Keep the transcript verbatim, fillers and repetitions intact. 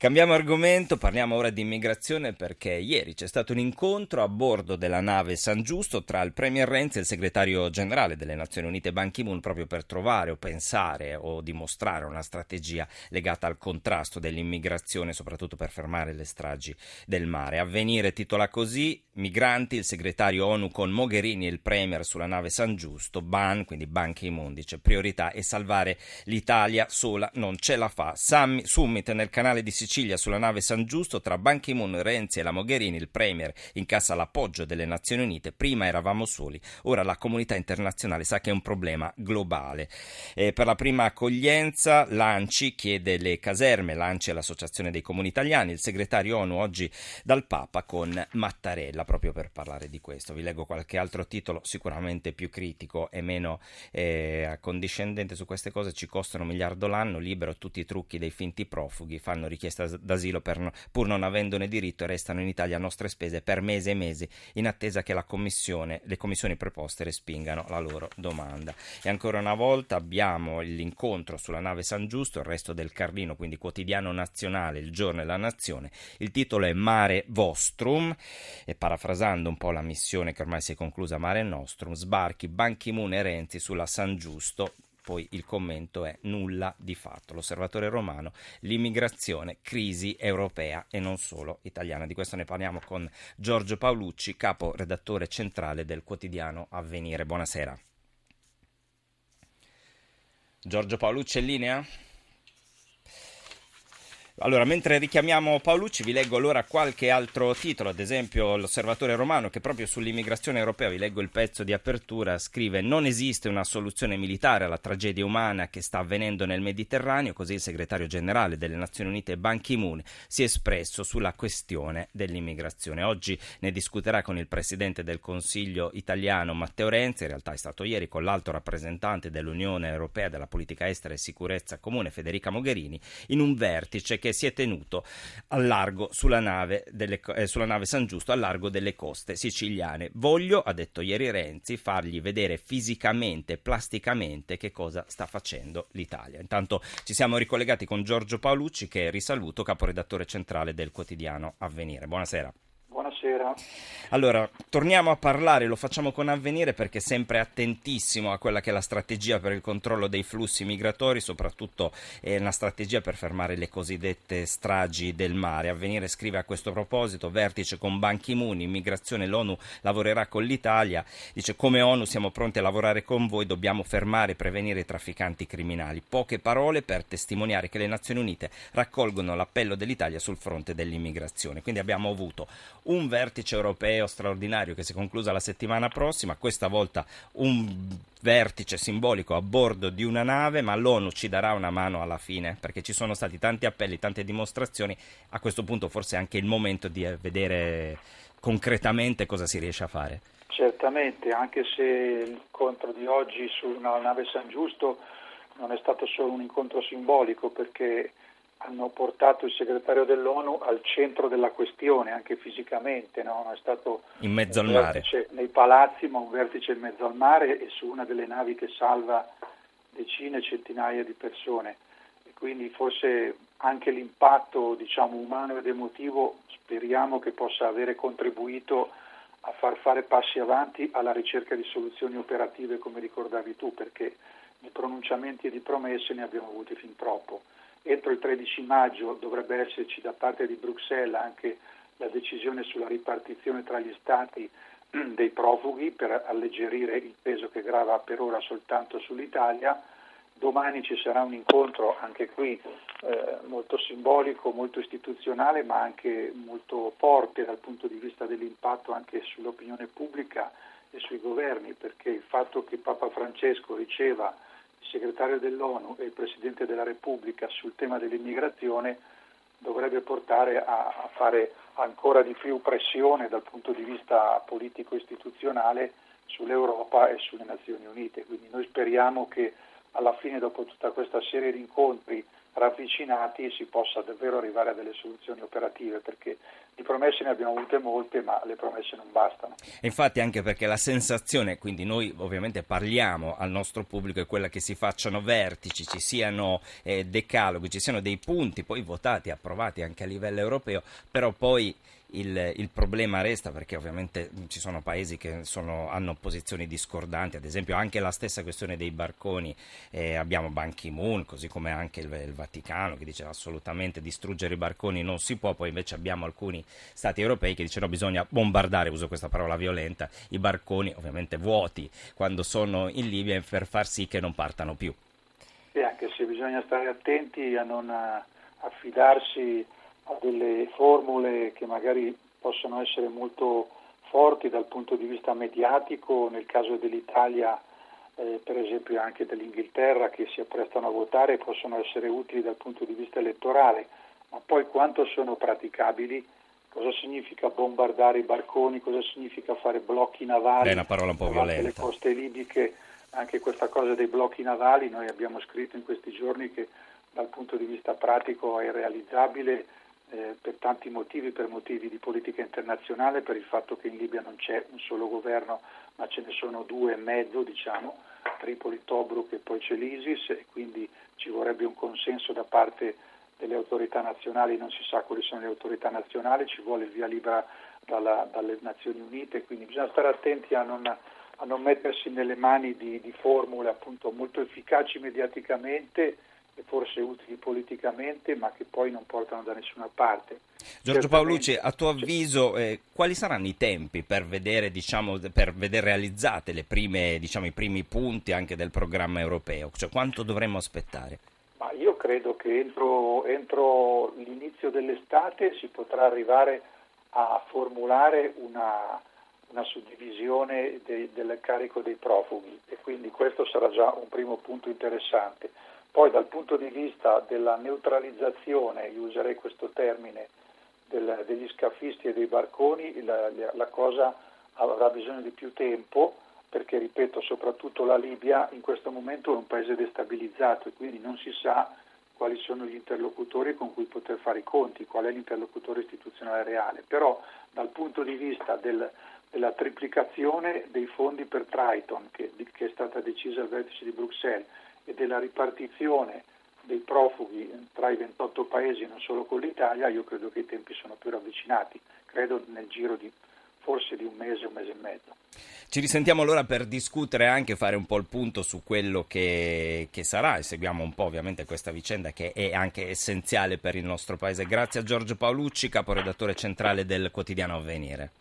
Cambiamo argomento, parliamo ora di immigrazione perché ieri c'è stato un incontro a bordo della nave San Giusto tra il Premier Renzi e il segretario generale delle Nazioni Unite Ban Ki-moon proprio per trovare o pensare o dimostrare una strategia legata al contrasto dell'immigrazione, soprattutto per fermare le stragi del mare. Avvenire titola così: migranti, il segretario ONU con Mogherini e il Premier sulla nave San Giusto, Ban, quindi Ban Ki-moon dice priorità è salvare l'Italia, sola non ce la fa. Sam, summit nel canale di Sicilia sulla nave San Giusto tra Ban Ki-moon, Renzi e la Mogherini, il Premier incassa l'appoggio delle Nazioni Unite, prima eravamo soli, ora la comunità internazionale sa che è un problema globale. Eh, per la prima accoglienza l'ANCI chiede le caserme, l'ANCI è l'associazione dei comuni italiani, il segretario ONU oggi dal Papa con Mattarella proprio per parlare di questo. Vi leggo qualche altro titolo sicuramente più critico e meno eh, accondiscendente su queste cose. Ci costano un miliardo l'anno, libero tutti i trucchi dei finti profughi, fanno richiesta d'asilo per no, pur non avendone diritto e restano in Italia a nostre spese per mesi e mesi in attesa che la commissione, le commissioni preposte respingano la loro domanda. E ancora una volta abbiamo l'incontro sulla nave San Giusto, il resto del Carlino, quindi quotidiano nazionale, il giorno e la nazione. Il titolo è Mare Vostrum e parafrasando un po' la missione che ormai si è conclusa Mare Nostrum, sbarchi Ban Ki-moon e Renzi sulla San Giusto. Poi il commento è nulla di fatto. L'Osservatore Romano, l'immigrazione, crisi europea e non solo italiana. Di questo ne parliamo con Giorgio Paolucci, capo redattore centrale del quotidiano Avvenire. Buonasera. Giorgio Paolucci in linea? Allora, mentre richiamiamo Paolucci, vi leggo allora qualche altro titolo, ad esempio l'Osservatore Romano, che proprio sull'immigrazione europea, vi leggo il pezzo di apertura, scrive: non esiste una soluzione militare alla tragedia umana che sta avvenendo nel Mediterraneo, così il segretario generale delle Nazioni Unite Ban Ki-moon si è espresso sulla questione dell'immigrazione. Oggi ne discuterà con il presidente del Consiglio italiano Matteo Renzi, in realtà è stato ieri con l'alto rappresentante dell'Unione Europea della politica estera e sicurezza comune Federica Mogherini, in un vertice che si è tenuto al largo sulla nave, delle, eh, sulla nave San Giusto, al largo delle coste siciliane. Voglio, ha detto ieri Renzi, fargli vedere fisicamente, plasticamente che cosa sta facendo l'Italia. Intanto ci siamo ricollegati con Giorgio Paolucci, che risaluto, caporedattore centrale del quotidiano Avvenire. Buonasera. Buonasera. Allora, torniamo a parlare, lo facciamo con Avvenire perché è sempre attentissimo a quella che è la strategia per il controllo dei flussi migratori, soprattutto è una strategia per fermare le cosiddette stragi del mare. Avvenire scrive a questo proposito: vertice con Ban Ki-moon, immigrazione, l'ONU lavorerà con l'Italia, dice come ONU siamo pronti a lavorare con voi, dobbiamo fermare e prevenire i trafficanti criminali. Poche parole per testimoniare che le Nazioni Unite raccolgono l'appello dell'Italia sul fronte dell'immigrazione. Quindi abbiamo avuto un vertice europeo straordinario che si è conclusa la settimana prossima, questa volta un vertice simbolico a bordo di una nave, ma l'ONU ci darà una mano alla fine, perché ci sono stati tanti appelli, tante dimostrazioni. A questo punto forse è anche il momento di vedere concretamente cosa si riesce a fare. Certamente, anche se l'incontro di oggi sulla nave San Giusto non è stato solo un incontro simbolico, perché hanno portato il segretario dell'ONU al centro della questione, anche fisicamente, no? È stato in mezzo un al mare, vertice nei palazzi, ma un vertice in mezzo al mare e su una delle navi che salva decine, centinaia di persone. E quindi forse anche l'impatto, diciamo, umano ed emotivo speriamo che possa avere contribuito a far fare passi avanti alla ricerca di soluzioni operative, come ricordavi tu, perché di pronunciamenti e di promesse ne abbiamo avuti fin troppo. Entro il tredici maggio dovrebbe esserci da parte di Bruxelles anche la decisione sulla ripartizione tra gli Stati dei profughi per alleggerire il peso che grava per ora soltanto sull'Italia. Domani ci sarà un incontro anche qui eh, molto simbolico, molto istituzionale, ma anche molto forte dal punto di vista dell'impatto anche sull'opinione pubblica e sui governi, perché il fatto che Papa Francesco riceva il segretario dell'ONU e il Presidente della Repubblica sul tema dell'immigrazione dovrebbe portare a, a fare ancora di più pressione dal punto di vista politico-istituzionale sull'Europa e sulle Nazioni Unite. Quindi noi speriamo che alla fine, dopo tutta questa serie di incontri ravvicinati si possa davvero arrivare a delle soluzioni operative, perché di promesse ne abbiamo avute molte, ma le promesse non bastano. E infatti anche perché la sensazione, quindi noi ovviamente parliamo al nostro pubblico, è quella che si facciano vertici, ci siano eh, decaloghi, ci siano dei punti poi votati, approvati anche a livello europeo, però poi il, il problema resta, perché ovviamente ci sono paesi che sono, hanno posizioni discordanti, ad esempio anche la stessa questione dei barconi, eh, abbiamo Ban Ki-moon, così come anche il, il Vaticano che dice assolutamente distruggere i barconi non si può, poi invece abbiamo alcuni stati europei che dicono bisogna bombardare, uso questa parola violenta, i barconi ovviamente vuoti quando sono in Libia per far sì che non partano più. E anche se bisogna stare attenti a non affidarsi a delle formule che magari possono essere molto forti dal punto di vista mediatico, nel caso dell'Italia eh, per esempio anche dell'Inghilterra, che si apprestano a votare, possono essere utili dal punto di vista elettorale, ma poi quanto sono praticabili, cosa significa bombardare i barconi, cosa significa fare blocchi navali. È una parola un po' violenta. Le coste libiche, anche questa cosa dei blocchi navali, noi abbiamo scritto in questi giorni che dal punto di vista pratico è irrealizzabile eh, per tanti motivi, per motivi di politica internazionale, per il fatto che in Libia non c'è un solo governo, ma ce ne sono due e mezzo, diciamo, Tripoli, Tobruk e poi c'è l'ISIS, e quindi ci vorrebbe un consenso da parte delle autorità nazionali, non si sa quali sono le autorità nazionali, ci vuole il via libera dalla, dalle Nazioni Unite, quindi bisogna stare attenti a non, a non mettersi nelle mani di, di formule appunto molto efficaci mediaticamente e forse utili politicamente, ma che poi non portano da nessuna parte. Giorgio Paolucci, a tuo avviso eh, quali saranno i tempi per vedere, diciamo, per vedere realizzate le prime, diciamo, i primi punti anche del programma europeo? Cioè, quanto dovremmo aspettare? Ma io credo che entro, entro l'inizio dell'estate si potrà arrivare a formulare una, una suddivisione de, del carico dei profughi, e quindi questo sarà già un primo punto interessante. Poi dal punto di vista della neutralizzazione, io userei questo termine, del, degli scafisti e dei barconi, la, la cosa avrà bisogno di più tempo, perché, ripeto, soprattutto la Libia in questo momento è un paese destabilizzato e quindi non si sa quali sono gli interlocutori con cui poter fare i conti, qual è l'interlocutore istituzionale reale. Però dal punto di vista del, della triplicazione dei fondi per Triton, che, che è stata decisa al vertice di Bruxelles, e della ripartizione dei profughi tra i ventotto paesi, non solo con l'Italia, io credo che i tempi sono più ravvicinati, credo nel giro di forse di un mese, un mese e mezzo. Ci risentiamo allora per discutere, anche fare un po' il punto su quello che, che sarà, e seguiamo un po' ovviamente questa vicenda che è anche essenziale per il nostro paese. Grazie a Giorgio Paolucci, caporedattore centrale del quotidiano Avvenire.